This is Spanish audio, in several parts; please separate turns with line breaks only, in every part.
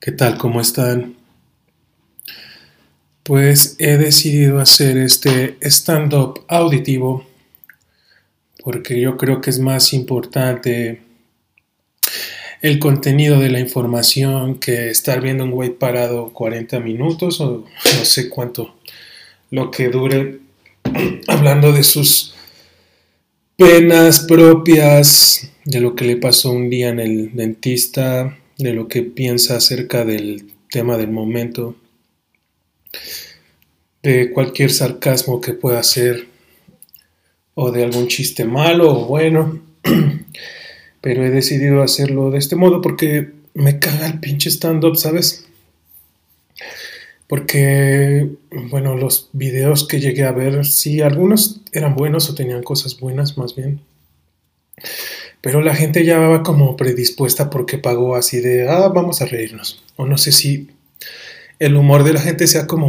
¿Qué tal? ¿Cómo están? Pues he decidido hacer este stand-up auditivo porque yo creo que es más importante el contenido de la información que estar viendo un güey parado 40 minutos o no sé cuánto lo que dure hablando de sus penas propias, de lo que le pasó un día en el dentista, de lo que piensa acerca del tema del momento, de cualquier sarcasmo que pueda hacer o de algún chiste malo o bueno, pero he decidido hacerlo de este modo porque me caga el pinche stand-up, ¿sabes? Porque, bueno, los videos que llegué a ver, sí, algunos eran buenos o tenían cosas buenas más bien, pero la gente ya va como predispuesta porque pagó así de, vamos a reírnos. O no sé si el humor de la gente sea como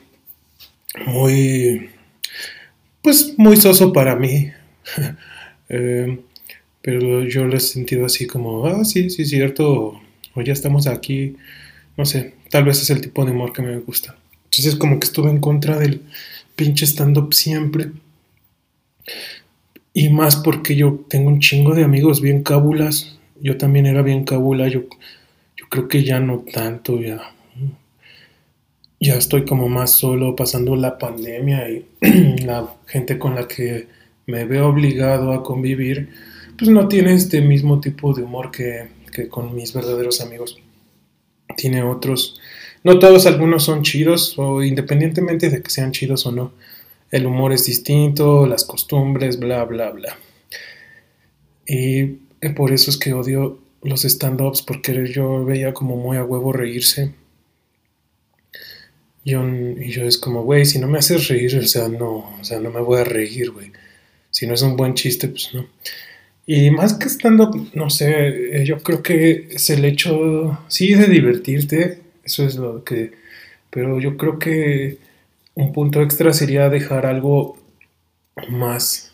muy, pues muy soso para mí. eh, pero yo lo he sentido así como, sí, sí, cierto, o ya estamos aquí, no sé, tal vez es el tipo de humor que me gusta. Entonces como que estuve en contra del pinche stand-up siempre, y más porque yo tengo un chingo de amigos bien cábulas, yo también era bien cábula, yo creo que ya no tanto, ya estoy como más solo pasando la pandemia y la gente con la que me veo obligado a convivir, pues no tiene este mismo tipo de humor que con mis verdaderos amigos. Tiene otros, no todos, algunos son chidos, o independientemente de que sean chidos o no, el humor es distinto, las costumbres, bla, bla, bla. Y por eso es que odio los stand-ups, porque yo veía como muy a huevo reírse. Y yo es como, güey, si no me haces reír, o sea, no me voy a reír, güey. Si no es un buen chiste, pues no. Y más que stand-up, no sé, yo creo que es el hecho, sí, de divertirte, eso es lo que, pero yo creo que un punto extra sería dejar algo más.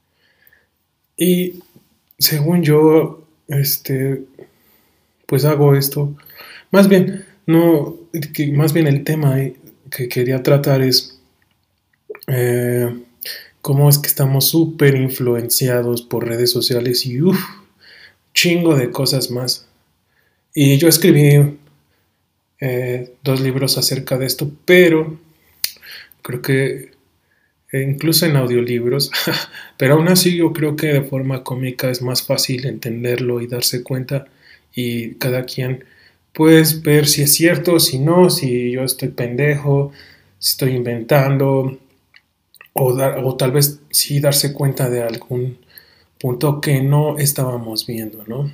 Y según yo, pues hago esto. Más bien, no, más bien el tema que quería tratar es eh, cómo es que estamos súper influenciados por redes sociales y chingo de cosas más. Y yo escribí dos libros acerca de esto, pero creo que incluso en audiolibros, pero aún así yo creo que de forma cómica es más fácil entenderlo y darse cuenta y cada quien pues ver si es cierto, si no, si yo estoy pendejo, si estoy inventando o tal vez sí darse cuenta de algún punto que no estábamos viendo, ¿no?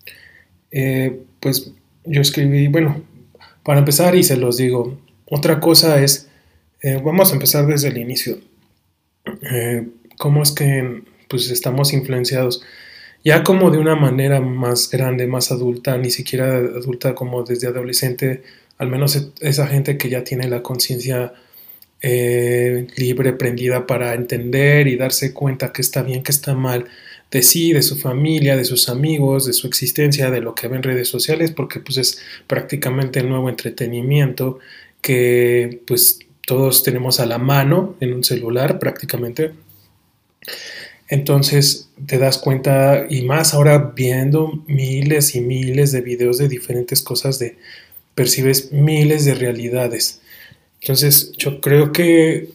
Pues yo escribí, bueno, para empezar y se los digo, otra cosa es, vamos a empezar desde el inicio. Cómo es que pues estamos influenciados ya como de una manera más grande, más adulta, ni siquiera adulta como desde adolescente, al menos esa gente que ya tiene la conciencia libre, prendida para entender y darse cuenta que está bien, que está mal, de sí, de su familia, de sus amigos, de su existencia, de lo que ven en redes sociales, porque pues es prácticamente el nuevo entretenimiento que pues todos tenemos a la mano en un celular prácticamente. Entonces te das cuenta, y más ahora viendo miles y miles de videos de diferentes cosas, percibes miles de realidades. Entonces yo creo que,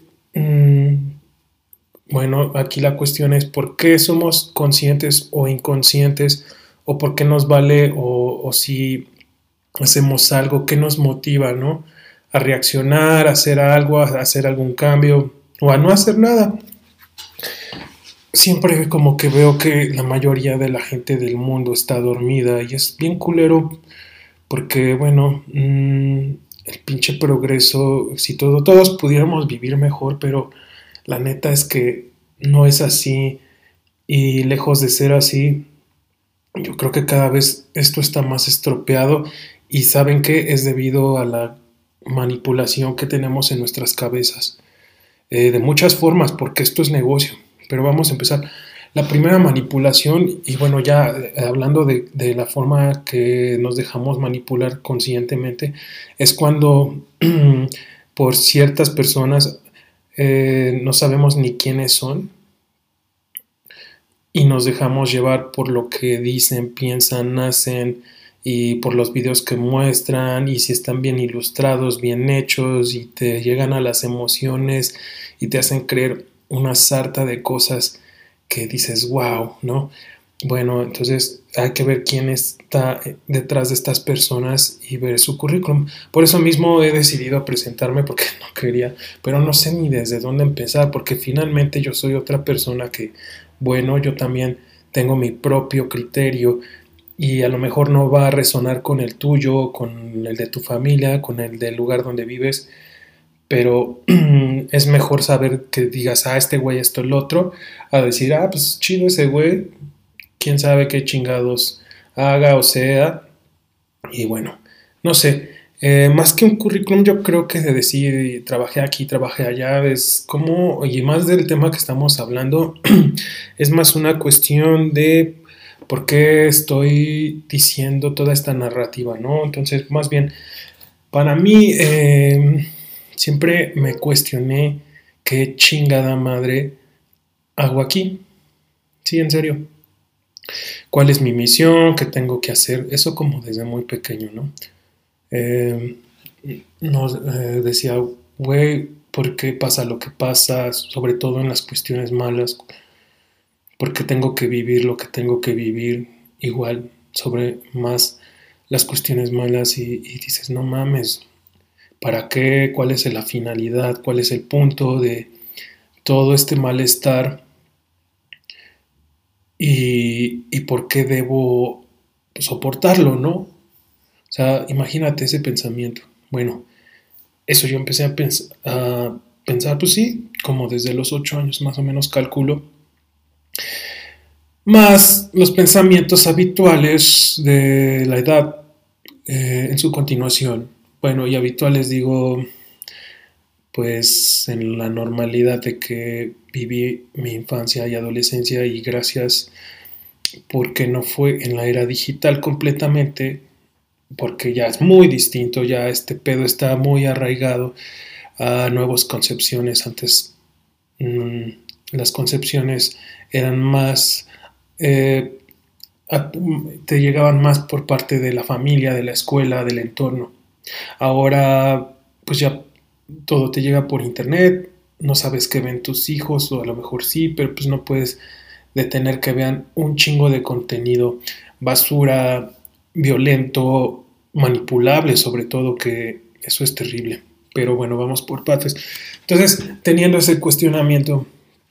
bueno, aquí la cuestión es por qué somos conscientes o inconscientes, o por qué nos vale, o si hacemos algo, qué nos motiva, ¿no? A reaccionar, a hacer algo, a hacer algún cambio, o a no hacer nada. Siempre como que veo que la mayoría de la gente del mundo está dormida y es bien culero porque, bueno, el pinche progreso, si todos pudiéramos vivir mejor, pero la neta es que no es así, y lejos de ser así, yo creo que cada vez esto está más estropeado, y saben que es debido a la manipulación que tenemos en nuestras cabezas, de muchas formas, porque esto es negocio. Pero vamos a empezar. La primera manipulación, y bueno, ya hablando de la forma que nos dejamos manipular conscientemente, es cuando por ciertas personas no sabemos ni quiénes son y nos dejamos llevar por lo que dicen, piensan, hacen y por los videos que muestran y si están bien ilustrados, bien hechos y te llegan a las emociones y te hacen creer una sarta de cosas que dices, wow, ¿no? Bueno, entonces hay que ver quién está detrás de estas personas y ver su currículum. Por eso mismo he decidido presentarme porque no quería, pero no sé ni desde dónde empezar, porque finalmente yo soy otra persona que, bueno, yo también tengo mi propio criterio y a lo mejor no va a resonar con el tuyo, con el de tu familia, con el del lugar donde vives, pero es mejor saber que digas, ah, este güey, esto, el otro, a decir, ah, pues chido ese güey, quién sabe qué chingados haga o sea, y bueno, no sé, más que un currículum, yo creo que de decir trabajé aquí, trabajé allá, es como, y más del tema que estamos hablando, es más una cuestión de por qué estoy diciendo toda esta narrativa, ¿no? Entonces, más bien, para mí, siempre me cuestioné qué chingada madre hago aquí, sí, en serio. ¿Cuál es mi misión? ¿Qué tengo que hacer? Eso como desde muy pequeño, ¿no? Eh, nos decía, güey, ¿por qué pasa lo que pasa? Sobre todo en las cuestiones malas. ¿Por qué tengo que vivir lo que tengo que vivir? Igual, sobre más las cuestiones malas y dices, no mames, ¿para qué? ¿Cuál es la finalidad? ¿Cuál es el punto de todo este malestar? ¿Y por qué debo soportarlo, no? O sea, imagínate ese pensamiento. Bueno, eso yo empecé a pensar, pues sí, como desde los 8 años más o menos calculo, más los pensamientos habituales de la edad en su continuación. Bueno, y habituales digo, pues en la normalidad de que viví mi infancia y adolescencia y gracias porque no fue en la era digital completamente, porque ya es muy distinto, ya este pedo está muy arraigado a nuevas concepciones. Antes mmm, las concepciones eran más, eh, te llegaban más por parte de la familia, de la escuela, del entorno. Ahora, pues ya todo te llega por internet, no sabes qué ven tus hijos, o a lo mejor sí, pero pues no puedes detener que vean un chingo de contenido basura, violento, manipulable, sobre todo, que eso es terrible. Pero bueno, vamos por partes. Entonces, teniendo ese cuestionamiento,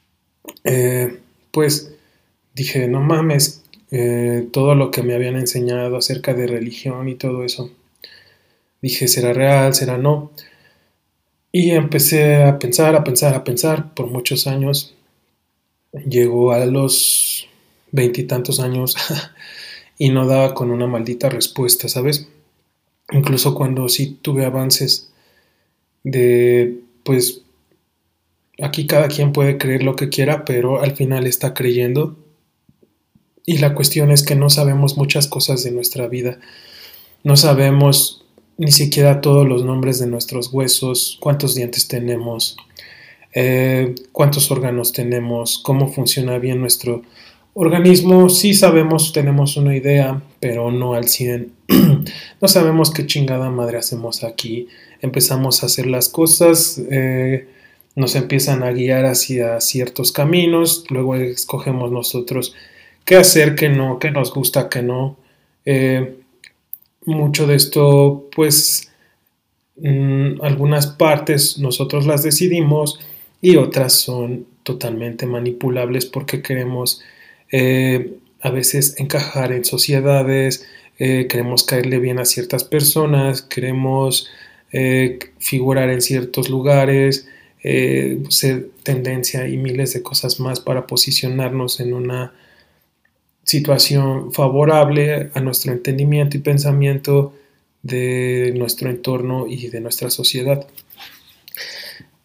pues dije, no mames, todo lo que me habían enseñado acerca de religión y todo eso, dije, ¿será real? ¿Será no? Y empecé a pensar, a pensar, a pensar por muchos años. Llegó a los veintitantos años y no daba con una maldita respuesta, ¿sabes? Incluso cuando sí tuve avances de, pues, aquí cada quien puede creer lo que quiera, pero al final está creyendo. Y la cuestión es que no sabemos muchas cosas de nuestra vida. No sabemos ni siquiera todos los nombres de nuestros huesos, cuántos dientes tenemos, cuántos órganos tenemos, cómo funciona bien nuestro organismo. Sí sabemos, tenemos una idea, pero no al 100. No sabemos qué chingada madre hacemos aquí. Empezamos a hacer las cosas, nos empiezan a guiar hacia ciertos caminos, luego escogemos nosotros qué hacer, qué no, qué nos gusta, qué no. Eh, Mucho de esto, pues, algunas partes nosotros las decidimos y otras son totalmente manipulables porque queremos a veces encajar en sociedades, queremos caerle bien a ciertas personas, queremos figurar en ciertos lugares, ser tendencia y miles de cosas más para posicionarnos en una situación favorable a nuestro entendimiento y pensamiento de nuestro entorno y de nuestra sociedad.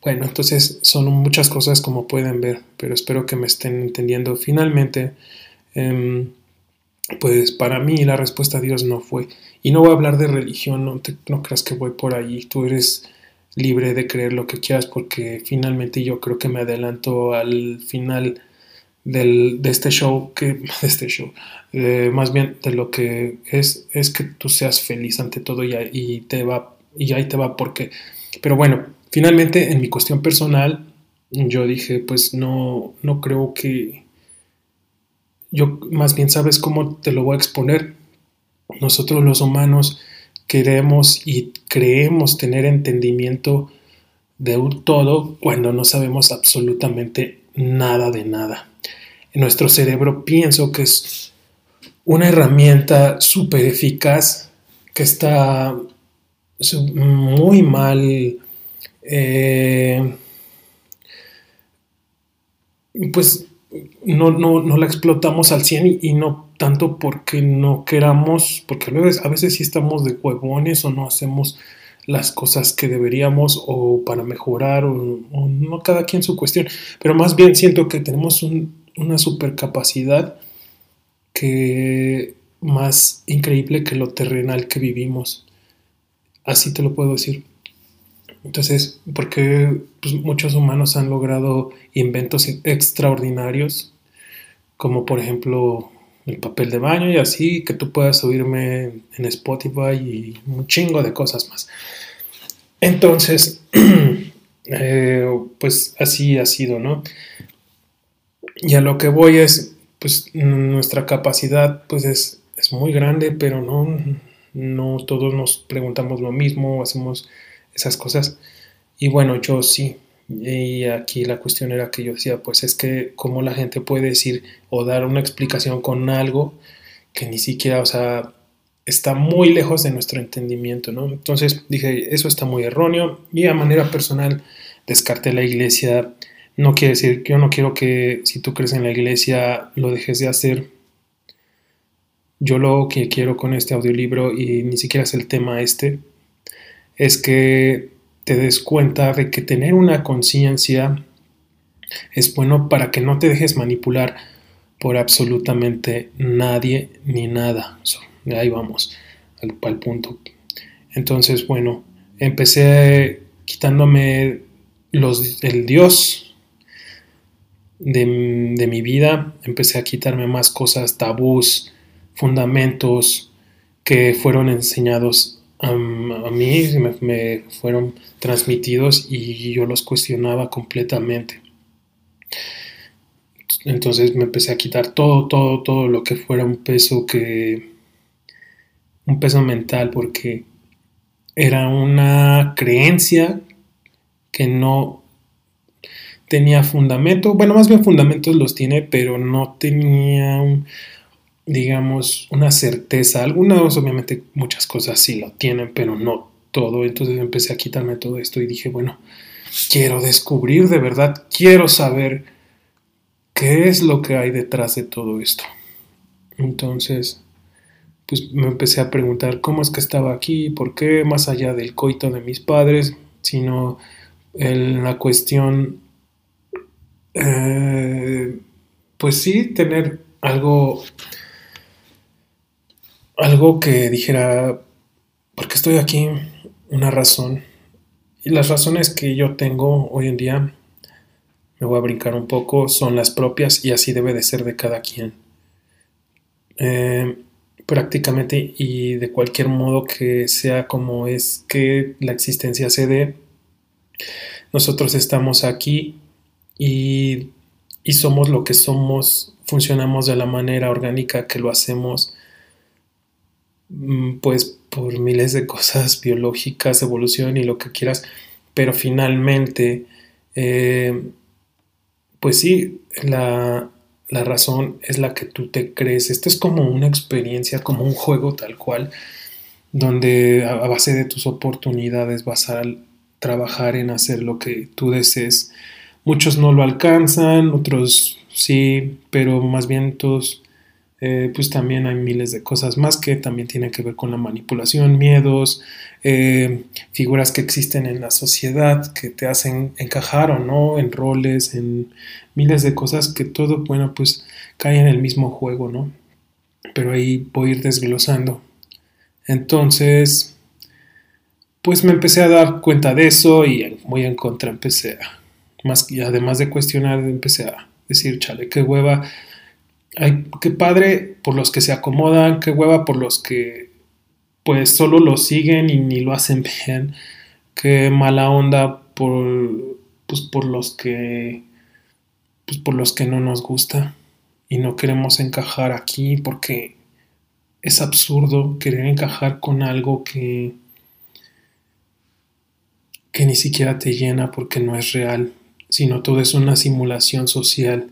Bueno, entonces son muchas cosas como pueden ver, pero espero que me estén entendiendo. Finalmente, eh, pues para mí la respuesta a Dios no fue. Y no voy a hablar de religión, no creas que voy por ahí. Tú eres libre de creer lo que quieras porque finalmente yo creo que me adelanto al final de este show, de este show, más bien de lo que es que tú seas feliz ante todo y ahí te va porque, pero bueno, finalmente en mi cuestión personal, yo dije, pues no creo que, yo más bien sabes cómo te lo voy a exponer. Nosotros los humanos queremos y creemos tener entendimiento de un todo cuando no sabemos absolutamente nada de nada. Nuestro cerebro pienso que es una herramienta súper eficaz que está muy mal, eh, pues no la explotamos al 100 y no tanto porque no queramos, porque a veces sí estamos de huevones o no hacemos las cosas que deberíamos o para mejorar o no cada quien su cuestión, pero más bien siento que tenemos una super capacidad que más increíble que lo terrenal que vivimos. Así te lo puedo decir. Entonces, porque pues, muchos humanos han logrado inventos extraordinarios, como por ejemplo el papel de baño y así, que tú puedas oírme en Spotify y un chingo de cosas más. Entonces, pues así ha sido, ¿no? Y a lo que voy es, pues nuestra capacidad pues es muy grande, pero no todos nos preguntamos lo mismo, hacemos esas cosas. Y bueno, yo sí. Y aquí la cuestión era que yo decía, pues es que cómo la gente puede decir o dar una explicación con algo que ni siquiera, o sea, está muy lejos de nuestro entendimiento, ¿no? Entonces dije, eso está muy erróneo y a manera personal descarté la iglesia. No quiere decir, yo no quiero que si tú crees en la iglesia lo dejes de hacer. Yo lo que quiero con este audiolibro, y ni siquiera es el tema este, es que te des cuenta de que tener una conciencia es bueno para que no te dejes manipular por absolutamente nadie ni nada. Ahí vamos, al punto. Entonces, bueno, empecé quitándome el Dios de mi vida, empecé a quitarme más cosas, tabús, fundamentos que fueron enseñados a mí, me fueron transmitidos y yo los cuestionaba completamente. Entonces me empecé a quitar todo lo que fuera un peso mental, porque era una creencia que no tenía fundamento. Bueno, más bien fundamentos los tiene, pero no tenía, digamos, una certeza. Algunas, obviamente, muchas cosas sí lo tienen, pero no todo. Entonces empecé a quitarme todo esto y dije, bueno, quiero descubrir de verdad, quiero saber qué es lo que hay detrás de todo esto. Entonces, pues me empecé a preguntar cómo es que estaba aquí, por qué, más allá del coito de mis padres, sino en la cuestión, eh, pues sí, tener algo que dijera, ¿por qué estoy aquí? Una razón. Y las razones que yo tengo hoy en día, me voy a brincar un poco, son las propias y así debe de ser de cada quien. Eh, Prácticamente y de cualquier modo que sea como es que la existencia se dé, nosotros estamos aquí y, y somos lo que somos, funcionamos de la manera orgánica que lo hacemos, pues por miles de cosas biológicas, evolución y lo que quieras, pero finalmente, eh, pues sí, la razón es la que tú te crees. Esto es como una experiencia, como un juego tal cual, donde a base de tus oportunidades vas a trabajar en hacer lo que tú desees. Muchos no lo alcanzan, otros sí, pero más bien todos pues también hay miles de cosas más que también tienen que ver con la manipulación, miedos, figuras que existen en la sociedad que te hacen encajar o no en roles, en miles de cosas que todo, bueno, pues cae en el mismo juego, ¿no? Pero ahí voy a ir desglosando. Entonces, pues me empecé a dar cuenta de eso y muy en contra empecé a, más que además de cuestionar, empecé a decir, chale, qué hueva, ay, qué padre por los que se acomodan, qué hueva por los que pues solo lo siguen y ni lo hacen bien, qué mala onda por los que pues por los que no nos gusta y no queremos encajar aquí porque es absurdo querer encajar con algo que ni siquiera te llena porque no es real, sino todo es una simulación social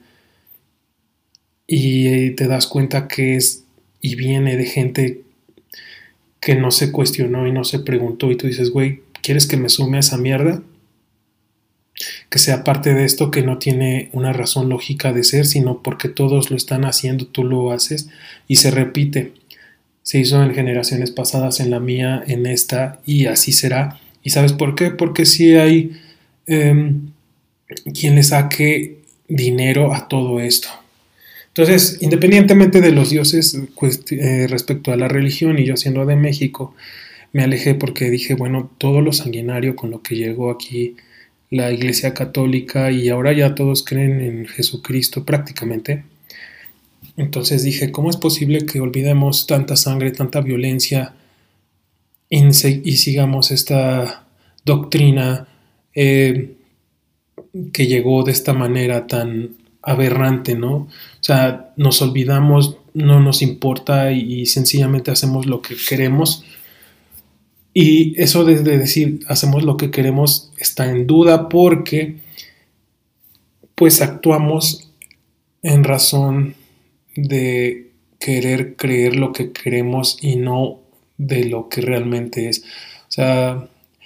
y te das cuenta que es y viene de gente que no se cuestionó y no se preguntó y tú dices, güey, ¿quieres que me sume a esa mierda? Que sea parte de esto que no tiene una razón lógica de ser, sino porque todos lo están haciendo, tú lo haces y se repite. Se hizo en generaciones pasadas, en la mía, en esta y así será. ¿Y sabes por qué? Porque si hay eh, quien le saque dinero a todo esto. Entonces, independientemente de los dioses respecto a la religión y yo siendo de México, me alejé porque dije, bueno, todo lo sanguinario con lo que llegó aquí la Iglesia Católica y ahora ya todos creen en Jesucristo prácticamente. Entonces dije, ¿cómo es posible que olvidemos tanta sangre, tanta violencia y sigamos esta doctrina que llegó de esta manera tan aberrante, ¿no? O sea, nos olvidamos, no nos importa y sencillamente hacemos lo que queremos. Y eso de decir hacemos lo que queremos está en duda porque pues actuamos en razón de querer creer lo que queremos y no de lo que realmente es. O sea,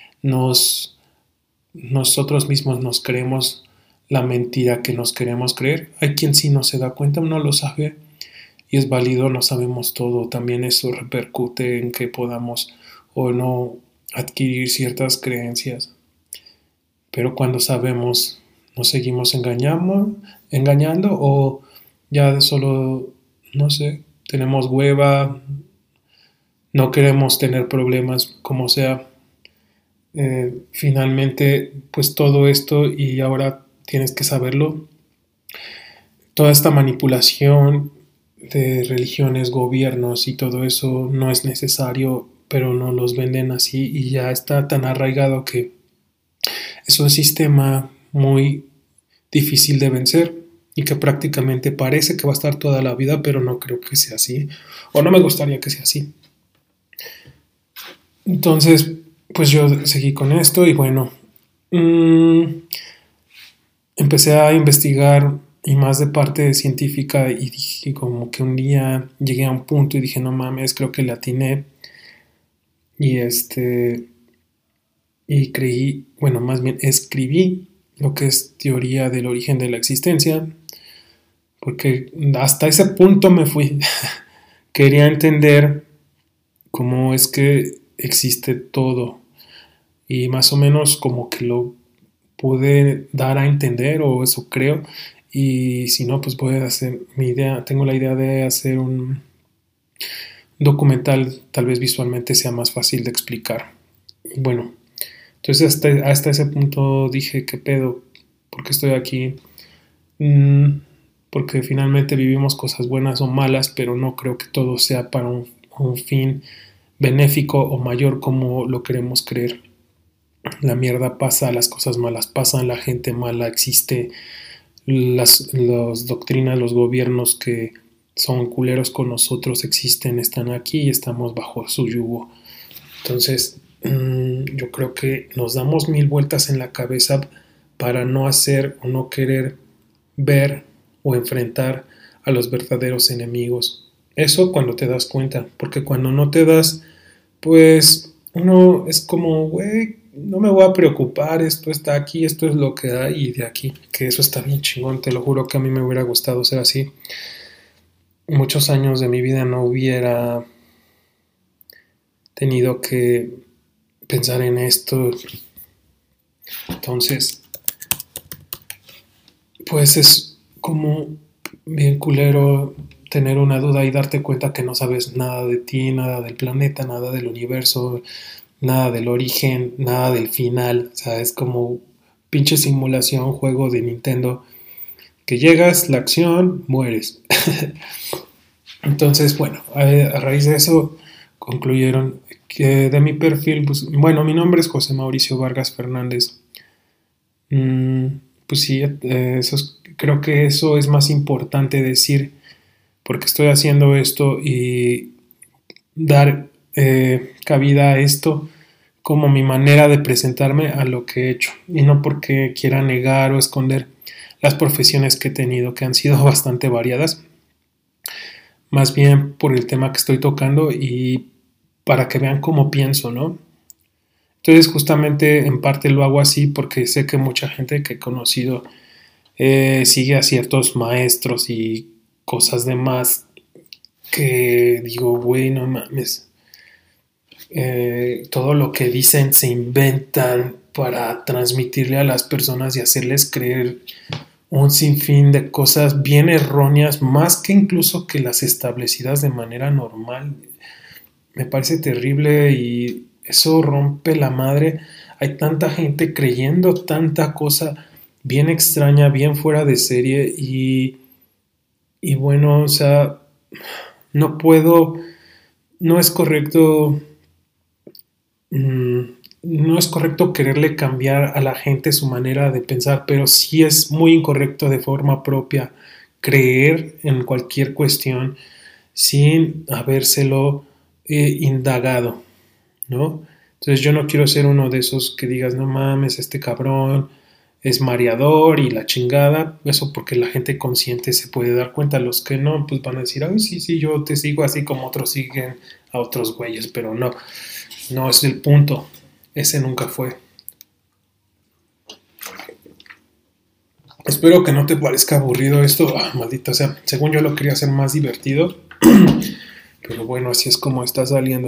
nosotros mismos nos creemos la mentira que nos queremos creer. Hay quien sí no se da cuenta, uno lo sabe y es válido, no sabemos todo. También eso repercute en que podamos o no adquirir ciertas creencias. Pero cuando sabemos, nos seguimos engañando o ya solo, no sé, tenemos hueva, no queremos tener problemas, como sea. Finalmente, pues todo esto y ahora tienes que saberlo, toda esta manipulación de religiones, gobiernos y todo eso no es necesario, pero no los venden así y ya está tan arraigado que es un sistema muy difícil de vencer y que prácticamente parece que va a estar toda la vida, pero no creo que sea así, o no me gustaría que sea así. Entonces, pues yo seguí con esto y bueno, empecé a investigar y más de parte científica y dije como que un día llegué a un punto y dije no mames, creo que le atiné y y creí, bueno, más bien escribí lo que es teoría del origen de la existencia, porque hasta ese punto me fui. Quería entender cómo es que existe todo y más o menos como que lo pude dar a entender o eso creo y si no pues voy a hacer mi idea, tengo la idea de hacer un documental, tal vez visualmente sea más fácil de explicar. Bueno, entonces hasta ese punto dije, ¿qué pedo? ¿Por qué estoy aquí? Porque finalmente vivimos cosas buenas o malas, pero no creo que todo sea para un fin benéfico o mayor como lo queremos creer. La mierda pasa, las cosas malas pasan, la gente mala existe, las doctrinas, los gobiernos que son culeros con nosotros existen, están aquí y estamos bajo su yugo. Entonces, yo creo que nos damos mil vueltas en la cabeza para no hacer o no querer ver o enfrentar a los verdaderos enemigos. Eso cuando te das cuenta, porque cuando no te das, pues uno es como, güey, no me voy a preocupar, esto está aquí, esto es lo que hay y de aquí, que eso está bien chingón, te lo juro que a mí me hubiera gustado ser así. muchos años de mi vida no hubiera tenido que pensar en esto. Entonces, pues es como bien culero tener una duda y darte cuenta que no sabes nada de ti, nada del planeta, nada del universo, nada del origen, nada del final. O sea, es como pinche simulación, juego de Nintendo, que llegas, la acción, mueres. Entonces, bueno, a raíz de eso concluyeron que de mi perfil, pues, bueno, mi nombre es José Mauricio Vargas Fernández. Mm, pues sí, creo que eso es más importante decir, porque estoy haciendo esto y dar cabida a esto como mi manera de presentarme a lo que he hecho, y no porque quiera negar o esconder las profesiones que he tenido, que han sido bastante variadas, más bien por el tema que estoy tocando y para que vean cómo pienso, ¿no? Entonces justamente en parte lo hago así porque sé que mucha gente que he conocido sigue a ciertos maestros y cosas demás que digo, güey, no mames, todo lo que dicen se inventan para transmitirle a las personas y hacerles creer un sinfín de cosas bien erróneas, más que incluso que las establecidas de manera normal. Me parece terrible y eso rompe la madre. Hay tanta gente creyendo tanta cosa bien extraña, bien fuera de serie y bueno, o sea, no puedo, no es correcto, mm, no es correcto quererle cambiar a la gente su manera de pensar, pero sí es muy incorrecto de forma propia creer en cualquier cuestión sin habérselo indagado, ¿no? Entonces yo no quiero ser uno de esos que digas, no mames, este cabrón es mareador y la chingada, eso porque la gente consciente se puede dar cuenta, los que no, pues van a decir, ay, sí, sí, yo te sigo así como otros siguen a otros güeyes, pero no, no es el punto, ese nunca fue. Espero que no te parezca aburrido esto, maldita sea, según yo lo quería hacer más divertido, pero bueno, así es como está saliendo.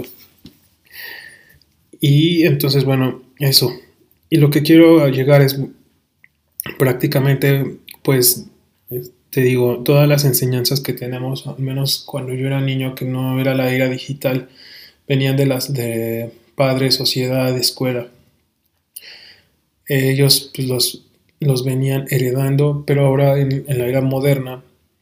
Y entonces, bueno, eso. Y lo que quiero llegar es prácticamente, pues, te digo, todas las enseñanzas que tenemos, al menos cuando yo era niño, que no era la era digital, venían de las de padre, sociedad, escuela. Ellos pues, los venían heredando, pero ahora en la era moderna,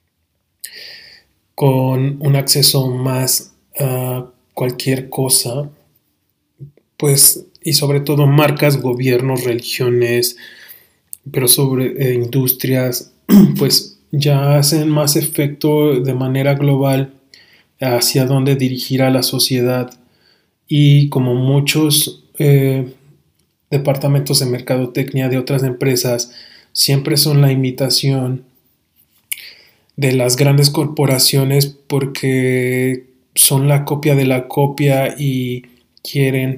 con un acceso más a cualquier cosa, pues, y sobre todo marcas, gobiernos, religiones, pero sobre industrias, pues ya hacen más efecto de manera global hacia dónde dirigir a la sociedad y como muchos departamentos de mercadotecnia de otras empresas siempre son la imitación de las grandes corporaciones porque son la copia de la copia y quieren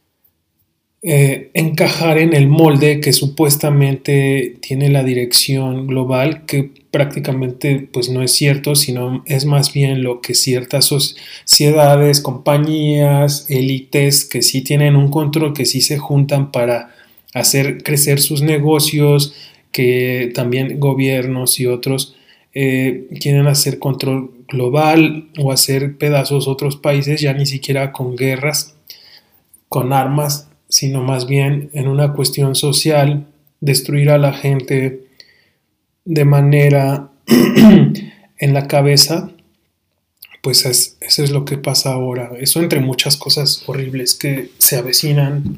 encajar en el molde que supuestamente tiene la dirección global, que prácticamente pues no es cierto, sino es más bien lo que ciertas sociedades, compañías, élites que sí tienen un control, que sí se juntan para hacer crecer sus negocios, que también gobiernos y otros quieren hacer control global o hacer pedazos otros países, ya ni siquiera con guerras, con armas, sino más bien en una cuestión social, destruir a la gente de manera en la cabeza, pues eso es lo que pasa ahora. Eso entre muchas cosas horribles que se avecinan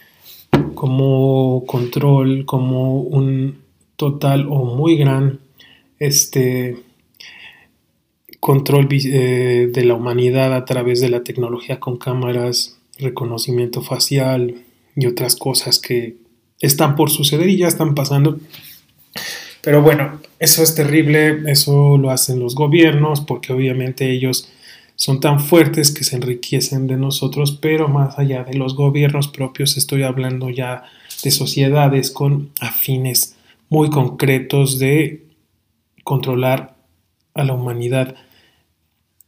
como control, como un total o muy gran este control de la humanidad a través de la tecnología con cámaras, reconocimiento facial y otras cosas que están por suceder y ya están pasando. Pero bueno, eso es terrible, eso lo hacen los gobiernos porque obviamente ellos son tan fuertes que se enriquecen de nosotros, pero más allá de los gobiernos propios estoy hablando ya de sociedades con afines muy concretos de controlar a la humanidad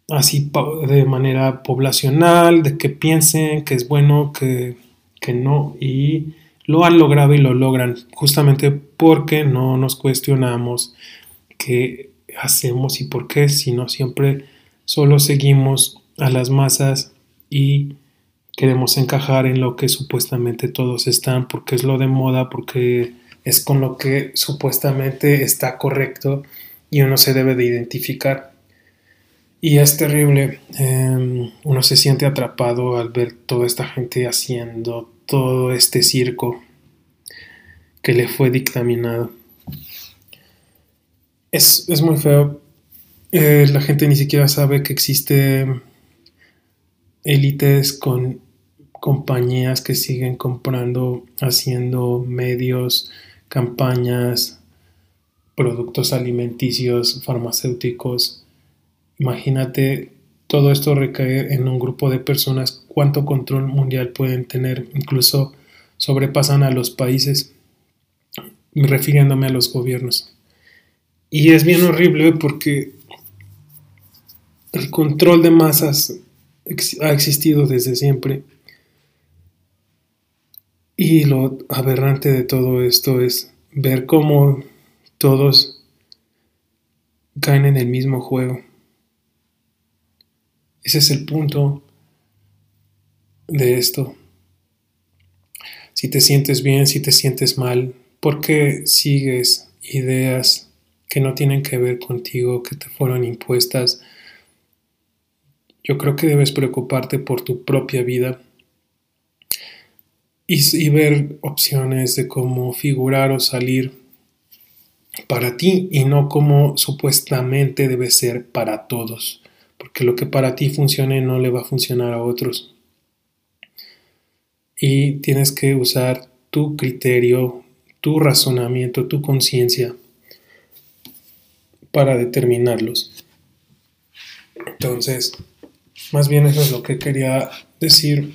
así de manera poblacional, de que piensen que es bueno, que no, y lo han logrado y lo logran justamente porque no nos cuestionamos qué hacemos y por qué, sino siempre solo seguimos a las masas y queremos encajar en lo que supuestamente todos están, porque es lo de moda, porque es con lo que supuestamente está correcto y uno se debe de identificar. Y es terrible, uno se siente atrapado al ver toda esta gente haciendo todo este circo que le fue dictaminado. Es muy feo. La gente ni siquiera sabe que existe élites con compañías que siguen comprando, haciendo medios, campañas, productos alimenticios, farmacéuticos. Imagínate todo esto recaer en un grupo de personas, cuánto control mundial pueden tener, incluso sobrepasan a los países, refiriéndome a los gobiernos. Y es bien horrible porque el control de masas ha existido desde siempre. Y lo aberrante de todo esto es ver cómo todos caen en el mismo juego. Ese es el punto de esto. Si te sientes bien, si te sientes mal, ¿por qué sigues ideas que no tienen que ver contigo, que te fueron impuestas? Yo creo que debes preocuparte por tu propia vida y ver opciones de cómo figurar o salir para ti y no como supuestamente debe ser para todos, porque lo que para ti funcione no le va a funcionar a otros. Y tienes que usar tu criterio, tu razonamiento, tu conciencia para determinarlos. Entonces, más bien eso es lo que quería decir.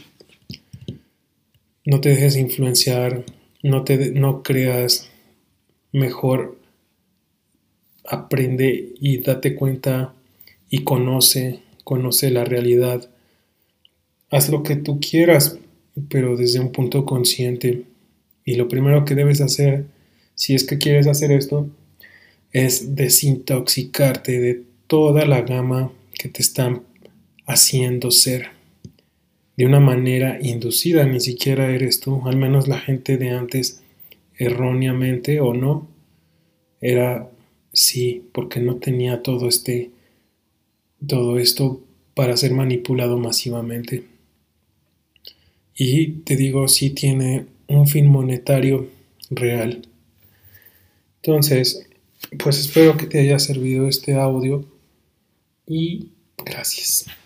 No te dejes influenciar, no creas, mejor aprende y date cuenta y conoce la realidad. Haz lo que tú quieras, pero desde un punto consciente. Y lo primero que debes hacer, si es que quieres hacer esto, es desintoxicarte de toda la gama que te están haciendo ser. De una manera inducida, ni siquiera eres tú, al menos la gente de antes, erróneamente o no, era sí, porque no tenía todo esto para ser manipulado masivamente. Y te digo, sí tiene un fin monetario real. Entonces, pues espero que te haya servido este audio y gracias.